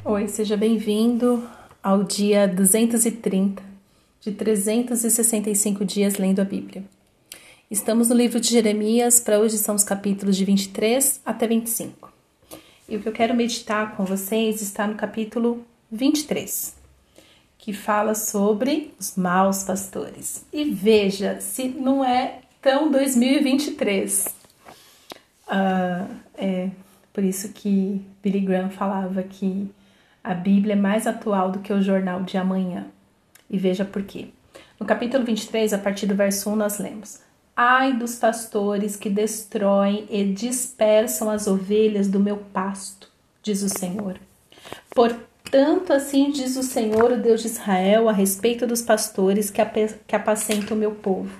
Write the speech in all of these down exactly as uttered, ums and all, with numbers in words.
Oi, seja bem-vindo ao dia duzentos e trinta de trezentos e sessenta e cinco dias lendo a Bíblia. Estamos no livro de Jeremias, para hoje são os capítulos de vinte e três até vinte e cinco. E o que eu quero meditar com vocês está no capítulo vinte e três, que fala sobre os maus pastores. E veja se não é tão dois mil e vinte e três. Uh, é por isso que Billy Graham falava que a Bíblia é mais atual do que o jornal de amanhã. E veja por quê. No capítulo vinte e três, a partir do verso um, nós lemos: Ai dos pastores que destroem e dispersam as ovelhas do meu pasto, diz o Senhor. Portanto, assim diz o Senhor, o Deus de Israel, a respeito dos pastores que apacentam o meu povo.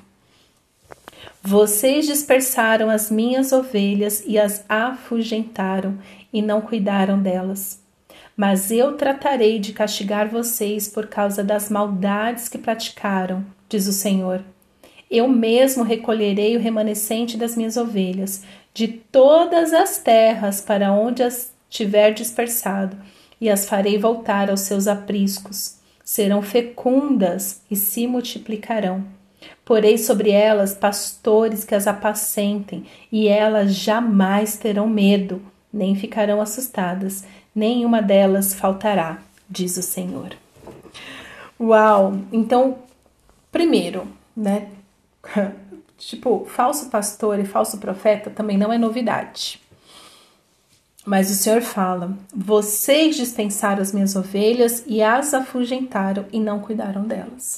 Vocês dispersaram as minhas ovelhas e as afugentaram e não cuidaram delas. Mas eu tratarei de castigar vocês por causa das maldades que praticaram, diz o Senhor. Eu mesmo recolherei o remanescente das minhas ovelhas, de todas as terras para onde as tiver dispersado, e as farei voltar aos seus apriscos. Serão fecundas e se multiplicarão. Porei sobre elas pastores que as apacentem, e elas jamais terão medo, nem ficarão assustadas. Nenhuma delas faltará, diz o Senhor. Uau! Então, primeiro, né? Tipo, falso pastor e falso profeta também não é novidade. Mas o Senhor fala: vocês dispensaram as minhas ovelhas e as afugentaram e não cuidaram delas.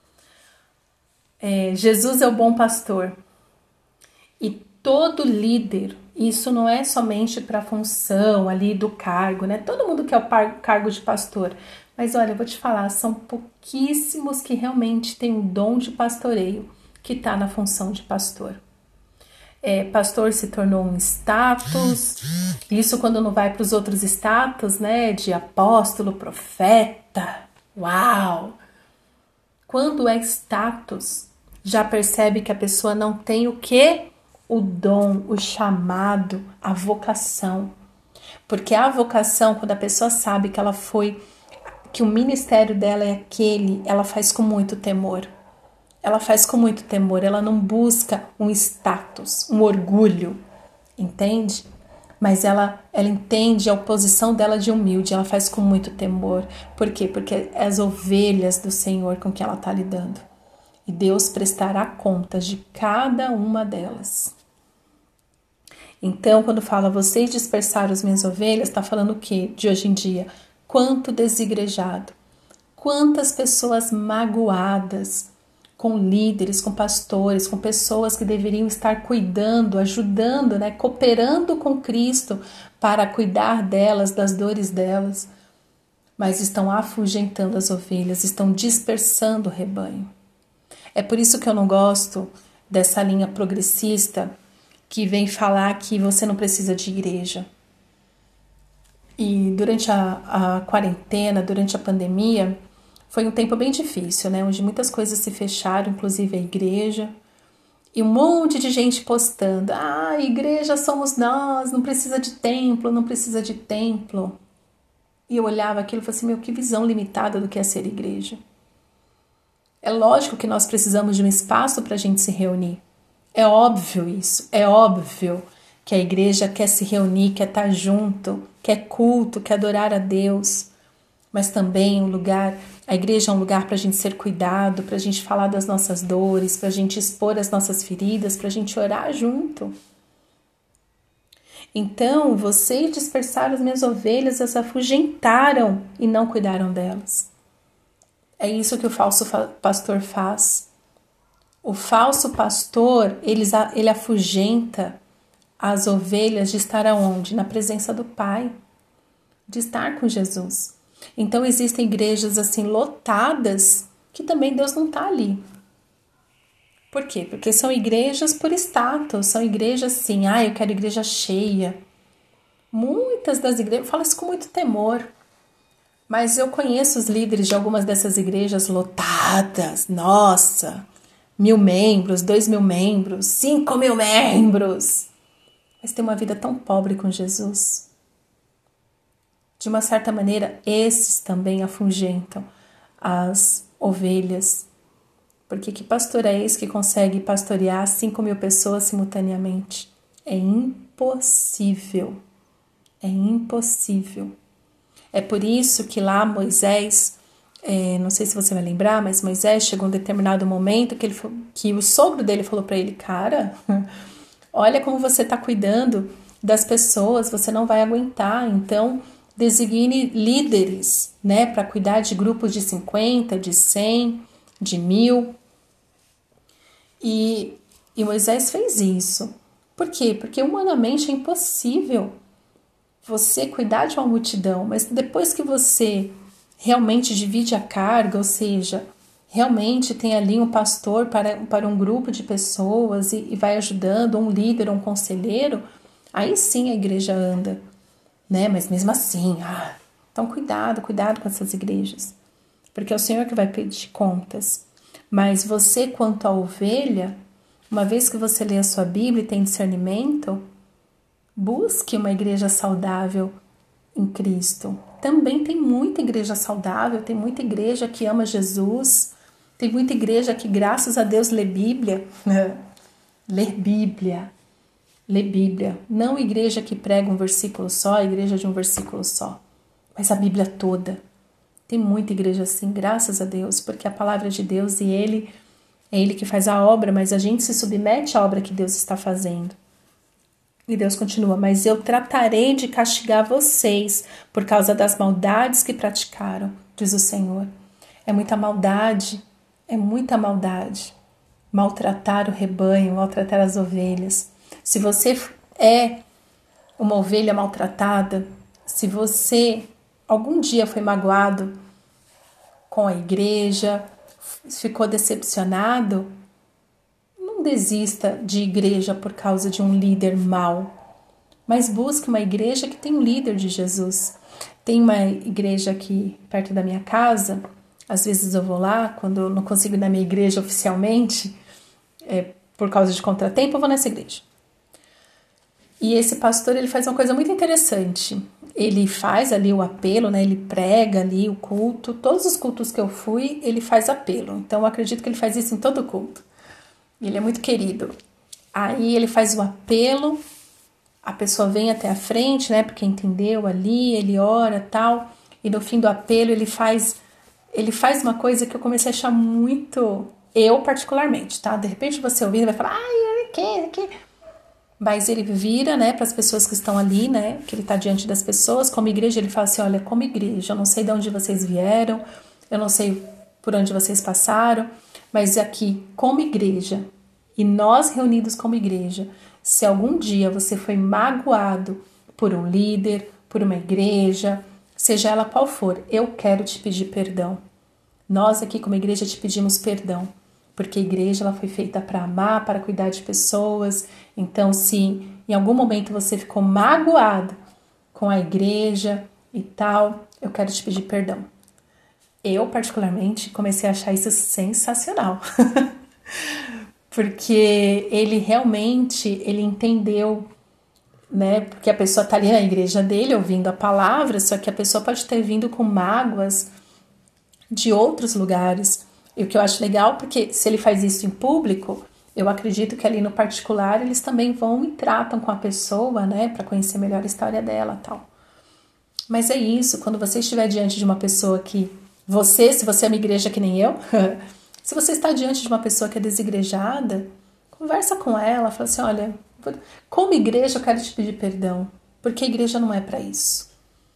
É, Jesus é o bom pastor. E todo líder, isso não é somente para a função ali do cargo, né? Todo mundo quer o par- cargo de pastor. Mas olha, eu vou te falar, são pouquíssimos que realmente têm o dom de pastoreio que está na função de pastor. É, pastor se tornou um status, isso quando não vai para os outros status, né? De apóstolo, profeta, uau! Quando é status, já percebe que a pessoa não tem o quê? O dom, o chamado, a vocação. Porque a vocação, quando a pessoa sabe que ela foi, que o ministério dela é aquele, ela faz com muito temor. Ela faz com muito temor, ela não busca um status, um orgulho, entende? Mas ela, ela entende a posição dela de humilde, ela faz com muito temor. Por quê? Porque é as ovelhas do Senhor com que ela está lidando. E Deus prestará contas de cada uma delas. Então, quando fala, vocês dispersaram as minhas ovelhas, está falando o quê? De hoje em dia. Quanto desigrejado. Quantas pessoas magoadas com líderes, com pastores, com pessoas que deveriam estar cuidando, ajudando, né, cooperando com Cristo para cuidar delas, das dores delas. Mas estão afugentando as ovelhas, estão dispersando o rebanho. É por isso que eu não gosto dessa linha progressista que vem falar que você não precisa de igreja. E durante a, a quarentena, durante a pandemia, foi um tempo bem difícil, né? Onde muitas coisas se fecharam, inclusive a igreja. E um monte de gente postando: ah, igreja somos nós, não precisa de templo, não precisa de templo. E eu olhava aquilo e falei assim, meu, que visão limitada do que é ser igreja. É lógico que nós precisamos de um espaço para a gente se reunir. É óbvio isso, é óbvio que a igreja quer se reunir, quer estar junto, quer culto, quer adorar a Deus. Mas também um lugar, a igreja é um lugar para a gente ser cuidado, para a gente falar das nossas dores, para a gente expor as nossas feridas, para a gente orar junto. Então, vocês dispersaram as minhas ovelhas, as afugentaram e não cuidaram delas. É isso que o falso pastor faz. O falso pastor, ele, ele afugenta as ovelhas de estar aonde? Na presença do Pai, de estar com Jesus. Então existem igrejas assim lotadas que também Deus não está ali. Por quê? Porque são igrejas por status, são igrejas assim, ah, eu quero igreja cheia. Muitas das igrejas, eu falo isso com muito temor. Mas eu conheço os líderes de algumas dessas igrejas lotadas. Nossa, mil membros, dois mil membros, cinco mil membros. Mas tem uma vida tão pobre com Jesus. De uma certa maneira, esses também afugentam as ovelhas. Porque que pastor é esse que consegue pastorear cinco mil pessoas simultaneamente? É impossível. É impossível. É por isso que lá Moisés, é, não sei se você vai lembrar, mas Moisés chegou a um determinado momento que, ele, que o sogro dele falou para ele, cara, olha como você está cuidando das pessoas, você não vai aguentar, então designe líderes, né, para cuidar de grupos de cinquenta, de cem, de mil. E, e Moisés fez isso. Por quê? Porque humanamente é impossível você cuidar de uma multidão, mas depois que você realmente divide a carga, ou seja, realmente tem ali um pastor para, para um grupo de pessoas e, e vai ajudando, um líder, um conselheiro, aí sim a igreja anda, né? Mas mesmo assim, ah, então cuidado, cuidado com essas igrejas, porque é o Senhor que vai pedir contas. Mas você, quanto a ovelha, uma vez que você lê a sua Bíblia e tem discernimento, busque uma igreja saudável em Cristo. Também tem muita igreja saudável, tem muita igreja que ama Jesus, tem muita igreja que, graças a Deus, lê Bíblia. Ler Bíblia. Ler Bíblia. Não igreja que prega um versículo só, igreja de um versículo só, mas a Bíblia toda. Tem muita igreja assim, graças a Deus, porque a palavra de Deus e Ele, é Ele que faz a obra, mas a gente se submete à obra que Deus está fazendo. E Deus continua, mas eu tratarei de castigar vocês por causa das maldades que praticaram, diz o Senhor. É muita maldade, é muita maldade. Maltratar o rebanho, maltratar as ovelhas. Se você é uma ovelha maltratada, se você algum dia foi magoado com a igreja, ficou decepcionado, não desista de igreja por causa de um líder mau, mas busque uma igreja que tem um líder de Jesus. Tem uma igreja aqui perto da minha casa, às vezes eu vou lá, quando eu não consigo ir na minha igreja oficialmente, é, por causa de contratempo, eu vou nessa igreja. E esse pastor, ele faz uma coisa muito interessante. Ele faz ali o apelo, né? Ele prega ali o culto. Todos os cultos que eu fui, ele faz apelo. Então, eu acredito que ele faz isso em todo culto. Ele é muito querido. Aí, ele faz o apelo. A pessoa vem até a frente, né? Porque entendeu ali, ele ora e tal. E no fim do apelo, ele faz, ele faz uma coisa que eu comecei a achar muito... Eu, particularmente, tá? De repente, você ouvindo, vai falar... Ai, que, que... Mas ele vira, né, para as pessoas que estão ali, né, que ele está diante das pessoas. Como igreja, ele fala assim, olha, como igreja, eu não sei de onde vocês vieram, eu não sei por onde vocês passaram, mas aqui, como igreja, e nós reunidos como igreja, se algum dia você foi magoado por um líder, por uma igreja, seja ela qual for, eu quero te pedir perdão. Nós aqui como igreja te pedimos perdão. Porque a igreja ela foi feita para amar, para cuidar de pessoas. Então, se em algum momento você ficou magoado com a igreja e tal, eu quero te pedir perdão. Eu, particularmente, comecei a achar isso sensacional. Porque ele realmente, ele entendeu, né? Porque a pessoa está ali na igreja dele, ouvindo a palavra, só que a pessoa pode ter vindo com mágoas de outros lugares. E o que eu acho legal, porque se ele faz isso em público, eu acredito que ali no particular eles também vão e tratam com a pessoa, né, para conhecer melhor a história dela e tal. Mas é isso, quando você estiver diante de uma pessoa que você, se você é uma igreja que nem eu, se você está diante de uma pessoa que é desigrejada, conversa com ela, fala assim, olha, como igreja eu quero te pedir perdão, porque a igreja não é para isso.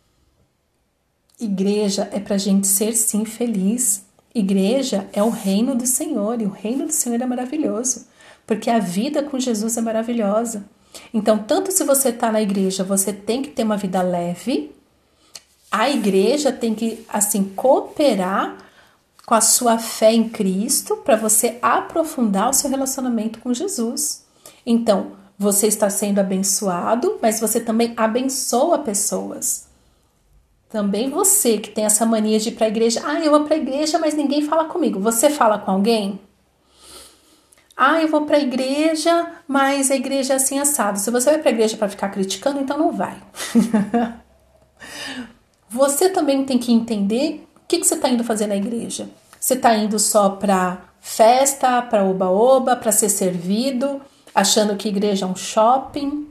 Igreja é para a gente ser sim feliz. Igreja é o reino do Senhor, e o reino do Senhor é maravilhoso, porque a vida com Jesus é maravilhosa. Então, tanto se você está na igreja, você tem que ter uma vida leve, a igreja tem que, assim, cooperar com a sua fé em Cristo para você aprofundar o seu relacionamento com Jesus. Então, você está sendo abençoado, mas você também abençoa pessoas. Também você que tem essa mania de ir para a igreja. Ah, eu vou para a igreja, mas ninguém fala comigo. Você fala com alguém? Ah, eu vou para a igreja, mas a igreja é assim assado. Se você vai para a igreja para ficar criticando, então não vai. você também tem que entender o que, que você está indo fazer na igreja. Você está indo só para festa, para oba-oba, para ser servido, achando que igreja é um shopping?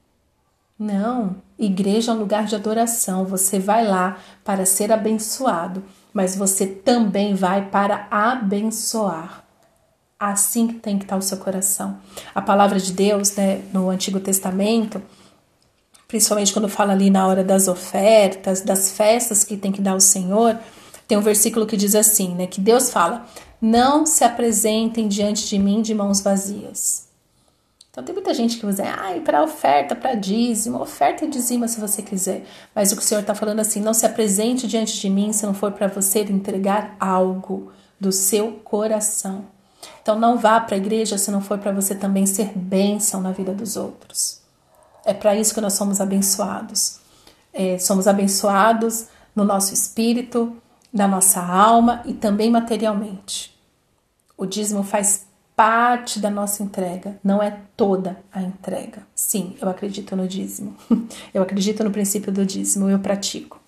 Não, igreja é um lugar de adoração. Você vai lá para ser abençoado, mas você também vai para abençoar. Assim que tem que estar o seu coração. A palavra de Deus, né, no Antigo Testamento, principalmente quando fala ali na hora das ofertas, das festas que tem que dar ao Senhor, tem um versículo que diz assim, né, que Deus fala: não se apresentem diante de mim de mãos vazias. Então tem muita gente que usa, ah, para oferta, para dízimo, oferta e dízimo se você quiser, mas o que o Senhor está falando assim, não se apresente diante de mim se não for para você entregar algo do seu coração. Então não vá para a igreja se não for para você também ser bênção na vida dos outros. É para isso que nós somos abençoados. É, somos abençoados no nosso espírito, na nossa alma e também materialmente. O dízimo faz parte da nossa entrega, não é toda a entrega. Sim, eu acredito no dízimo. Eu acredito no princípio do dízimo, eu pratico.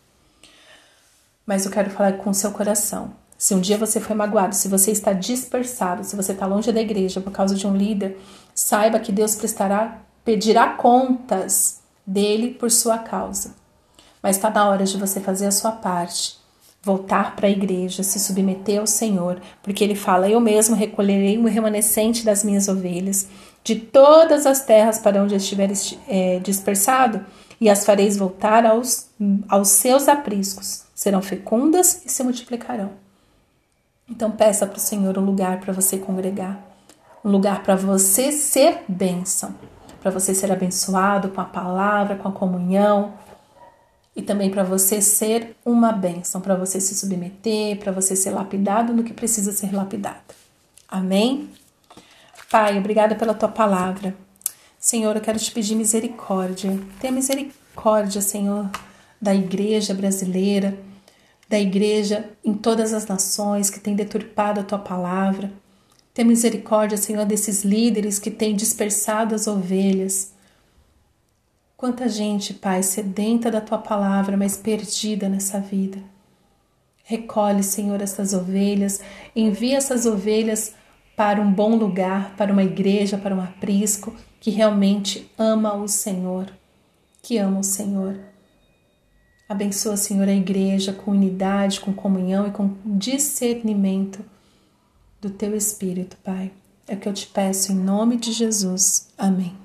Mas eu quero falar com o seu coração. Se um dia você foi magoado, se você está dispersado, se você está longe da igreja por causa de um líder, saiba que Deus prestará, pedirá contas dele por sua causa. Mas está na hora de você fazer a sua parte, voltar para a igreja, se submeter ao Senhor, porque ele fala, eu mesmo recolherei o remanescente das minhas ovelhas, de todas as terras para onde estiver é, dispersado, e as fareis voltar aos, aos seus apriscos, serão fecundas e se multiplicarão. Então peça para o Senhor um lugar para você congregar, um lugar para você ser bênção, para você ser abençoado com a palavra, com a comunhão, e também para você ser uma bênção, para você se submeter, para você ser lapidado no que precisa ser lapidado. Amém? Pai, obrigada pela tua palavra. Senhor, eu quero te pedir misericórdia. Tenha misericórdia, Senhor, da igreja brasileira, da igreja em todas as nações que tem deturpado a tua palavra. Tenha misericórdia, Senhor, desses líderes que têm dispersado as ovelhas. Quanta gente, Pai, sedenta da tua palavra, mas perdida nessa vida. Recolhe, Senhor, essas ovelhas, envia essas ovelhas para um bom lugar, para uma igreja, para um aprisco que realmente ama o Senhor, que ama o Senhor. Abençoa, Senhor, a igreja com unidade, com comunhão e com discernimento do teu Espírito, Pai. É o que eu te peço em nome de Jesus. Amém.